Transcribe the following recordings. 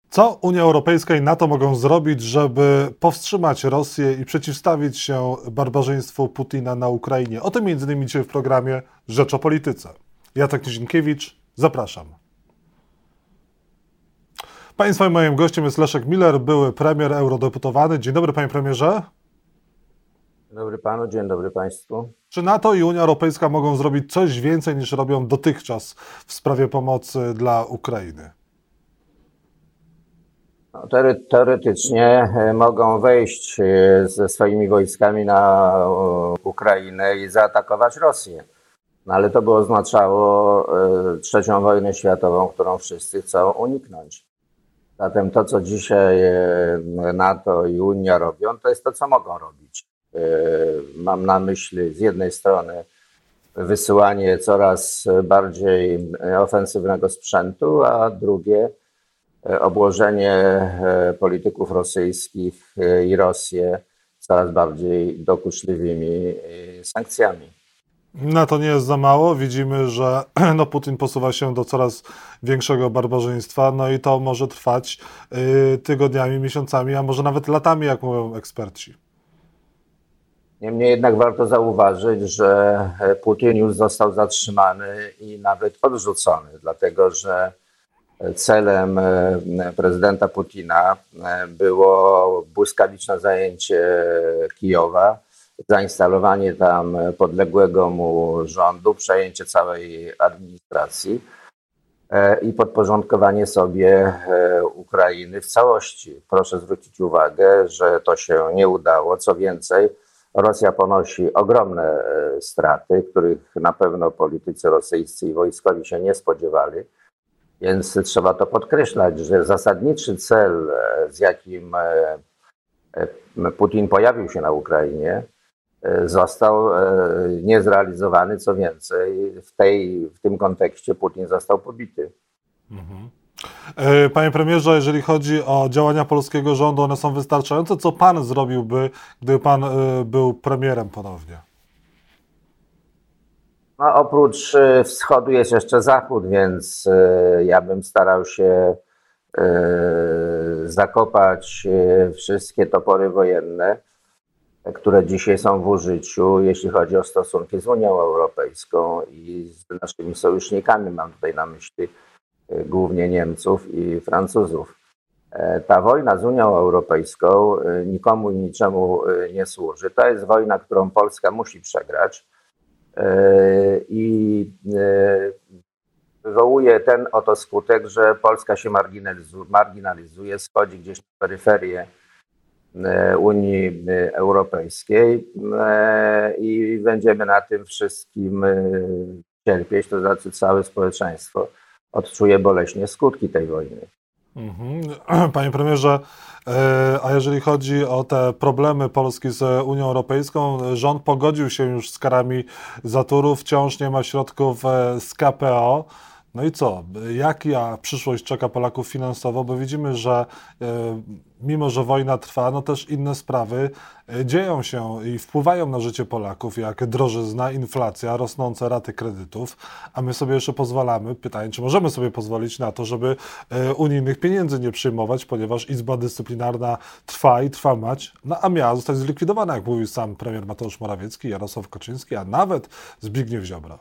Co Unia Europejska i NATO mogą zrobić, żeby powstrzymać Rosję i przeciwstawić się barbarzyństwu Putina na Ukrainie? O tym m.in. dzisiaj w programie Rzecz o Polityce. Jacek Nizinkiewicz, zapraszam. Państwa i moim gościem jest Leszek Miller, były premier, eurodeputowany. Dzień dobry, panie premierze. Dzień dobry panu, dzień dobry państwu. Czy NATO i Unia Europejska mogą zrobić coś więcej niż robią dotychczas w sprawie pomocy dla Ukrainy? No, teoretycznie mogą wejść ze swoimi wojskami na Ukrainę i zaatakować Rosję. No, ale to by oznaczało trzecią wojnę światową, którą wszyscy chcą uniknąć. Zatem to, co dzisiaj NATO i Unia robią, to jest to, co mogą robić. Mam na myśli z jednej strony wysyłanie coraz bardziej ofensywnego sprzętu, a drugie obłożenie polityków rosyjskich i Rosję coraz bardziej dokuczliwymi sankcjami. Na to nie jest za mało. Widzimy, że Putin posuwa się do coraz większego barbarzyństwa, no i to może trwać tygodniami, miesiącami, a może nawet latami, jak mówią eksperci. Niemniej jednak warto zauważyć, że Putin już został zatrzymany i nawet odrzucony, dlatego że celem prezydenta Putina było błyskawiczne zajęcie Kijowa, zainstalowanie tam podległego mu rządu, przejęcie całej administracji i podporządkowanie sobie Ukrainy w całości. Proszę zwrócić uwagę, że to się nie udało. Co więcej, Rosja ponosi ogromne straty, których na pewno politycy rosyjscy i wojskowi się nie spodziewali. Więc trzeba to podkreślać, że zasadniczy cel, z jakim Putin pojawił się na Ukrainie, został niezrealizowany. Co więcej, w tym kontekście Putin został pobity. Panie premierze, jeżeli chodzi o działania polskiego rządu, one są wystarczające. Co pan zrobiłby, gdyby pan był premierem ponownie? No, oprócz wschodu jest jeszcze zachód, więc ja bym starał się zakopać wszystkie topory wojenne, które dzisiaj są w użyciu, jeśli chodzi o stosunki z Unią Europejską i z naszymi sojusznikami. Mam tutaj na myśli głównie Niemców i Francuzów. Ta wojna z Unią Europejską nikomu i niczemu nie służy. To jest wojna, którą Polska musi przegrać. I wywołuje ten oto skutek, że Polska się marginalizuje, schodzi gdzieś na peryferię Unii Europejskiej i będziemy na tym wszystkim cierpieć, to znaczy całe społeczeństwo odczuje boleśnie skutki tej wojny. Panie premierze, a jeżeli chodzi o te problemy Polski z Unią Europejską, rząd pogodził się już z karami za Turów, wciąż nie ma środków z KPO. No i co? Jaka przyszłość czeka Polaków finansowo? Bo widzimy, że mimo że wojna trwa, no też inne sprawy dzieją się i wpływają na życie Polaków, jak drożyzna, inflacja, rosnące raty kredytów, a my sobie jeszcze pozwalamy, pytanie, czy możemy sobie pozwolić na to, żeby unijnych pieniędzy nie przyjmować, ponieważ Izba Dyscyplinarna trwa i trwa mać, no a miała zostać zlikwidowana, jak mówił sam premier Mateusz Morawiecki, Jarosław Kaczyński, a nawet Zbigniew Ziobro.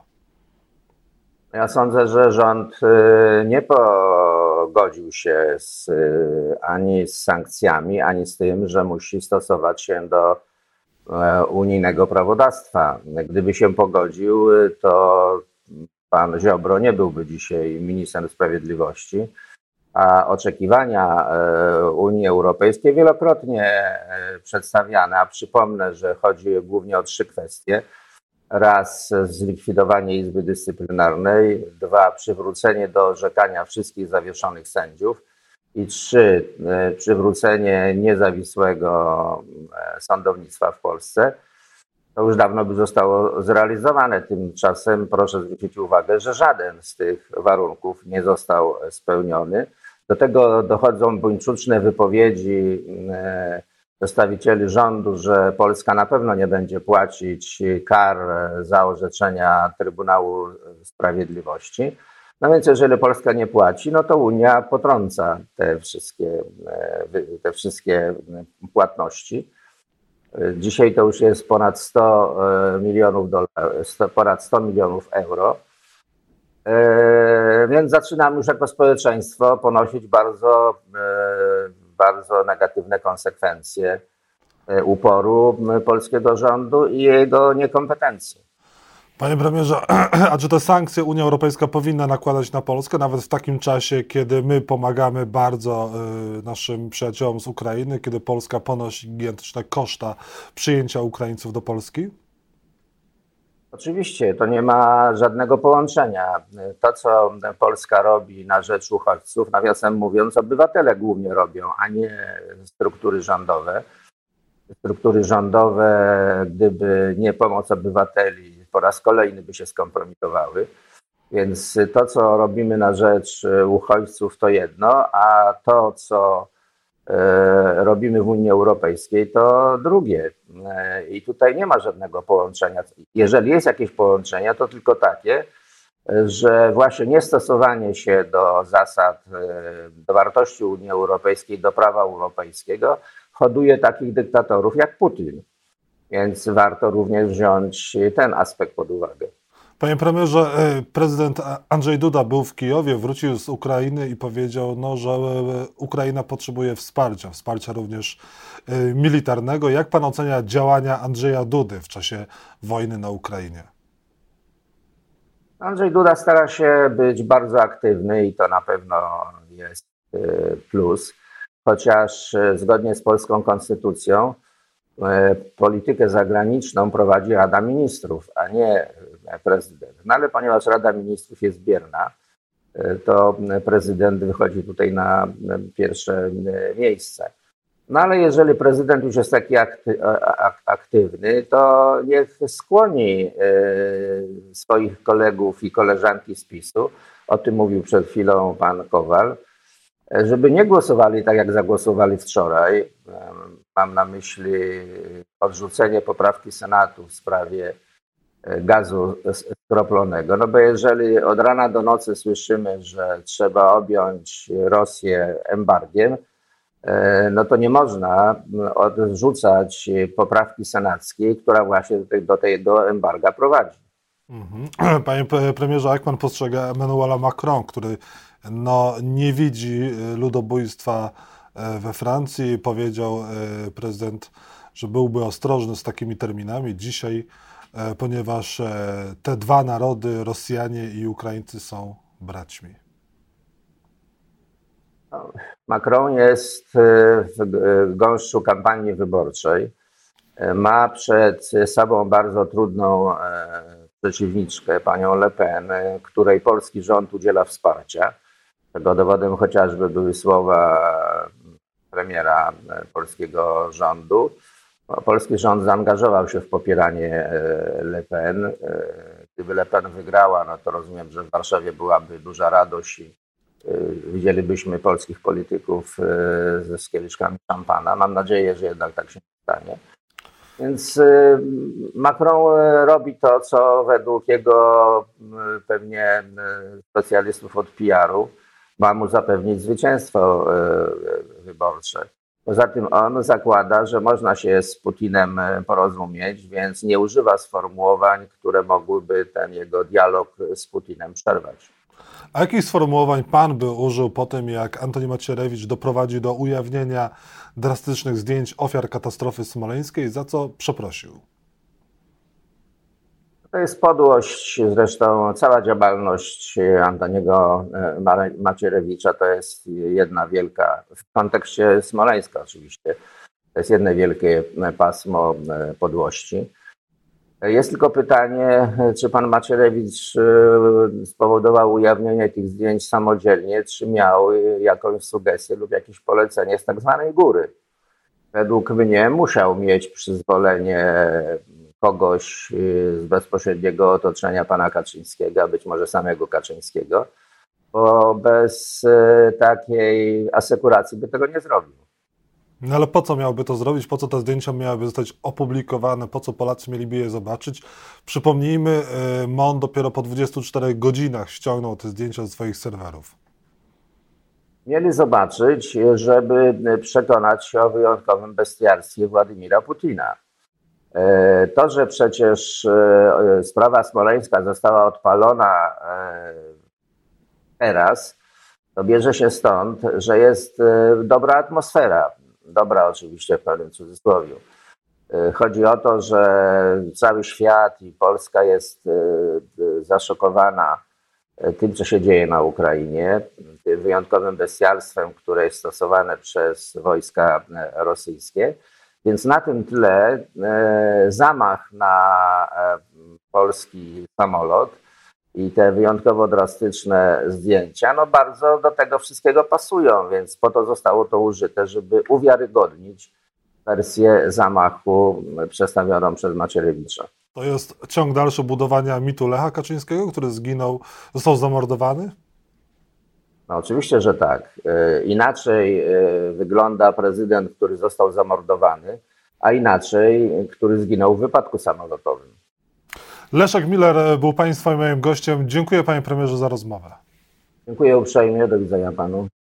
Ja sądzę, że rząd nie pogodził się ani z sankcjami, ani z tym, że musi stosować się do unijnego prawodawstwa. Gdyby się pogodził, to pan Ziobro nie byłby dzisiaj ministrem sprawiedliwości, a oczekiwania Unii Europejskiej wielokrotnie przedstawiane, a przypomnę, że chodzi głównie o 3 kwestie. Raz, zlikwidowanie Izby Dyscyplinarnej, 2, przywrócenie do orzekania wszystkich zawieszonych sędziów i 3, przywrócenie niezawisłego sądownictwa w Polsce. To już dawno by zostało zrealizowane. Tymczasem proszę zwrócić uwagę, że żaden z tych warunków nie został spełniony. Do tego dochodzą buńczuczne wypowiedzi przedstawicieli rządu, że Polska na pewno nie będzie płacić kar za orzeczenia Trybunału Sprawiedliwości. No więc jeżeli Polska nie płaci, no to Unia potrąca te wszystkie płatności. Dzisiaj to już jest ponad 100 milionów dolarów, ponad 100 milionów euro. Więc zaczynamy już jako społeczeństwo ponosić bardzo negatywne konsekwencje uporu polskiego rządu i jego niekompetencji. Panie premierze, a czy te sankcje Unia Europejska powinna nakładać na Polskę, nawet w takim czasie, kiedy my pomagamy bardzo naszym przyjaciołom z Ukrainy, kiedy Polska ponosi gigantyczne koszta przyjęcia Ukraińców do Polski? Oczywiście, to nie ma żadnego połączenia. To, co Polska robi na rzecz uchodźców, nawiasem mówiąc, obywatele głównie robią, a nie struktury rządowe. Struktury rządowe, gdyby nie pomoc obywateli, po raz kolejny by się skompromitowały. Więc to, co robimy na rzecz uchodźców, to jedno, a to, co robimy w Unii Europejskiej, to drugie. I tutaj nie ma żadnego połączenia. Jeżeli jest jakieś połączenie, to tylko takie, że właśnie niestosowanie się do zasad, do wartości Unii Europejskiej, do prawa europejskiego hoduje takich dyktatorów jak Putin. Więc warto również wziąć ten aspekt pod uwagę. Panie premierze, prezydent Andrzej Duda był w Kijowie, wrócił z Ukrainy i powiedział, że Ukraina potrzebuje wsparcia również militarnego. Jak pan ocenia działania Andrzeja Dudy w czasie wojny na Ukrainie? Andrzej Duda stara się być bardzo aktywny i to na pewno jest plus, chociaż zgodnie z polską konstytucją politykę zagraniczną prowadzi Rada Ministrów, a nie prezydent. No ale ponieważ Rada Ministrów jest bierna, to prezydent wychodzi tutaj na pierwsze miejsce. No ale jeżeli prezydent już jest taki aktywny, to niech skłoni swoich kolegów i koleżanki z PiS-u, o tym mówił przed chwilą pan Kowal, żeby nie głosowali tak, jak zagłosowali wczoraj. Mam na myśli odrzucenie poprawki Senatu w sprawie gazu skroplonego. No bo jeżeli od rana do nocy słyszymy, że trzeba objąć Rosję embargiem, no to nie można odrzucać poprawki senackiej, która właśnie do tego embarga prowadzi. Panie premierze, jak pan postrzega Emmanuela Macron, który nie widzi ludobójstwa we Francji? Powiedział prezydent, że byłby ostrożny z takimi terminami dzisiaj, ponieważ te dwa narody, Rosjanie i Ukraińcy, są braćmi. Macron jest w gąszczu kampanii wyborczej. Ma przed sobą bardzo trudną przeciwniczkę, panią Le Pen, której polski rząd udziela wsparcia. Tego dowodem chociażby były słowa premiera polskiego rządu. Polski rząd zaangażował się w popieranie Le Pen. Gdyby Le Pen wygrała, no to rozumiem, że w Warszawie byłaby duża radość i widzielibyśmy polskich polityków z kieliszkami szampana. Mam nadzieję, że jednak tak się nie stanie. Więc Macron robi to, co według jego pewnie specjalistów od PR-u ma mu zapewnić zwycięstwo wyborcze. Poza tym on zakłada, że można się z Putinem porozumieć, więc nie używa sformułowań, które mogłyby ten jego dialog z Putinem przerwać. A jakich sformułowań pan by użył po tym, jak Antoni Macierewicz doprowadzi do ujawnienia drastycznych zdjęć ofiar katastrofy smoleńskiej, za co przeprosił? To jest podłość, zresztą cała działalność Antoniego Macierewicza to jest jedna wielka, w kontekście Smoleńska oczywiście, to jest jedno wielkie pasmo podłości. Jest tylko pytanie, czy pan Macierewicz spowodował ujawnienie tych zdjęć samodzielnie, czy miał jakąś sugestię lub jakieś polecenie z tak zwanej góry. Według mnie musiał mieć przyzwolenie kogoś z bezpośredniego otoczenia pana Kaczyńskiego, a być może samego Kaczyńskiego, bo bez takiej asekuracji by tego nie zrobił. No ale po co miałby to zrobić? Po co te zdjęcia miałyby zostać opublikowane? Po co Polacy mieliby je zobaczyć? Przypomnijmy, MON dopiero po 24 godzinach ściągnął te zdjęcia ze swoich serwerów. Mieli zobaczyć, żeby przekonać się o wyjątkowym bestialstwie Władimira Putina. To, że przecież sprawa smoleńska została odpalona teraz, to bierze się stąd, że jest dobra atmosfera. Dobra oczywiście w pewnym cudzysłowiu. Chodzi o to, że cały świat i Polska jest zaszokowana tym, co się dzieje na Ukrainie, tym wyjątkowym bestialstwem, które jest stosowane przez wojska rosyjskie. Więc na tym tle zamach na polski samolot i te wyjątkowo drastyczne zdjęcia, no bardzo do tego wszystkiego pasują, więc po to zostało to użyte, żeby uwiarygodnić wersję zamachu przedstawioną przez Macierewicza. To jest ciąg dalszy budowania mitu Lecha Kaczyńskiego, który zginął, został zamordowany? No oczywiście, że tak. Inaczej wygląda prezydent, który został zamordowany, a inaczej, który zginął w wypadku samolotowym. Leszek Miller był Państwa i moim gościem. Dziękuję Panie Premierze za rozmowę. Dziękuję uprzejmie, do widzenia Panu.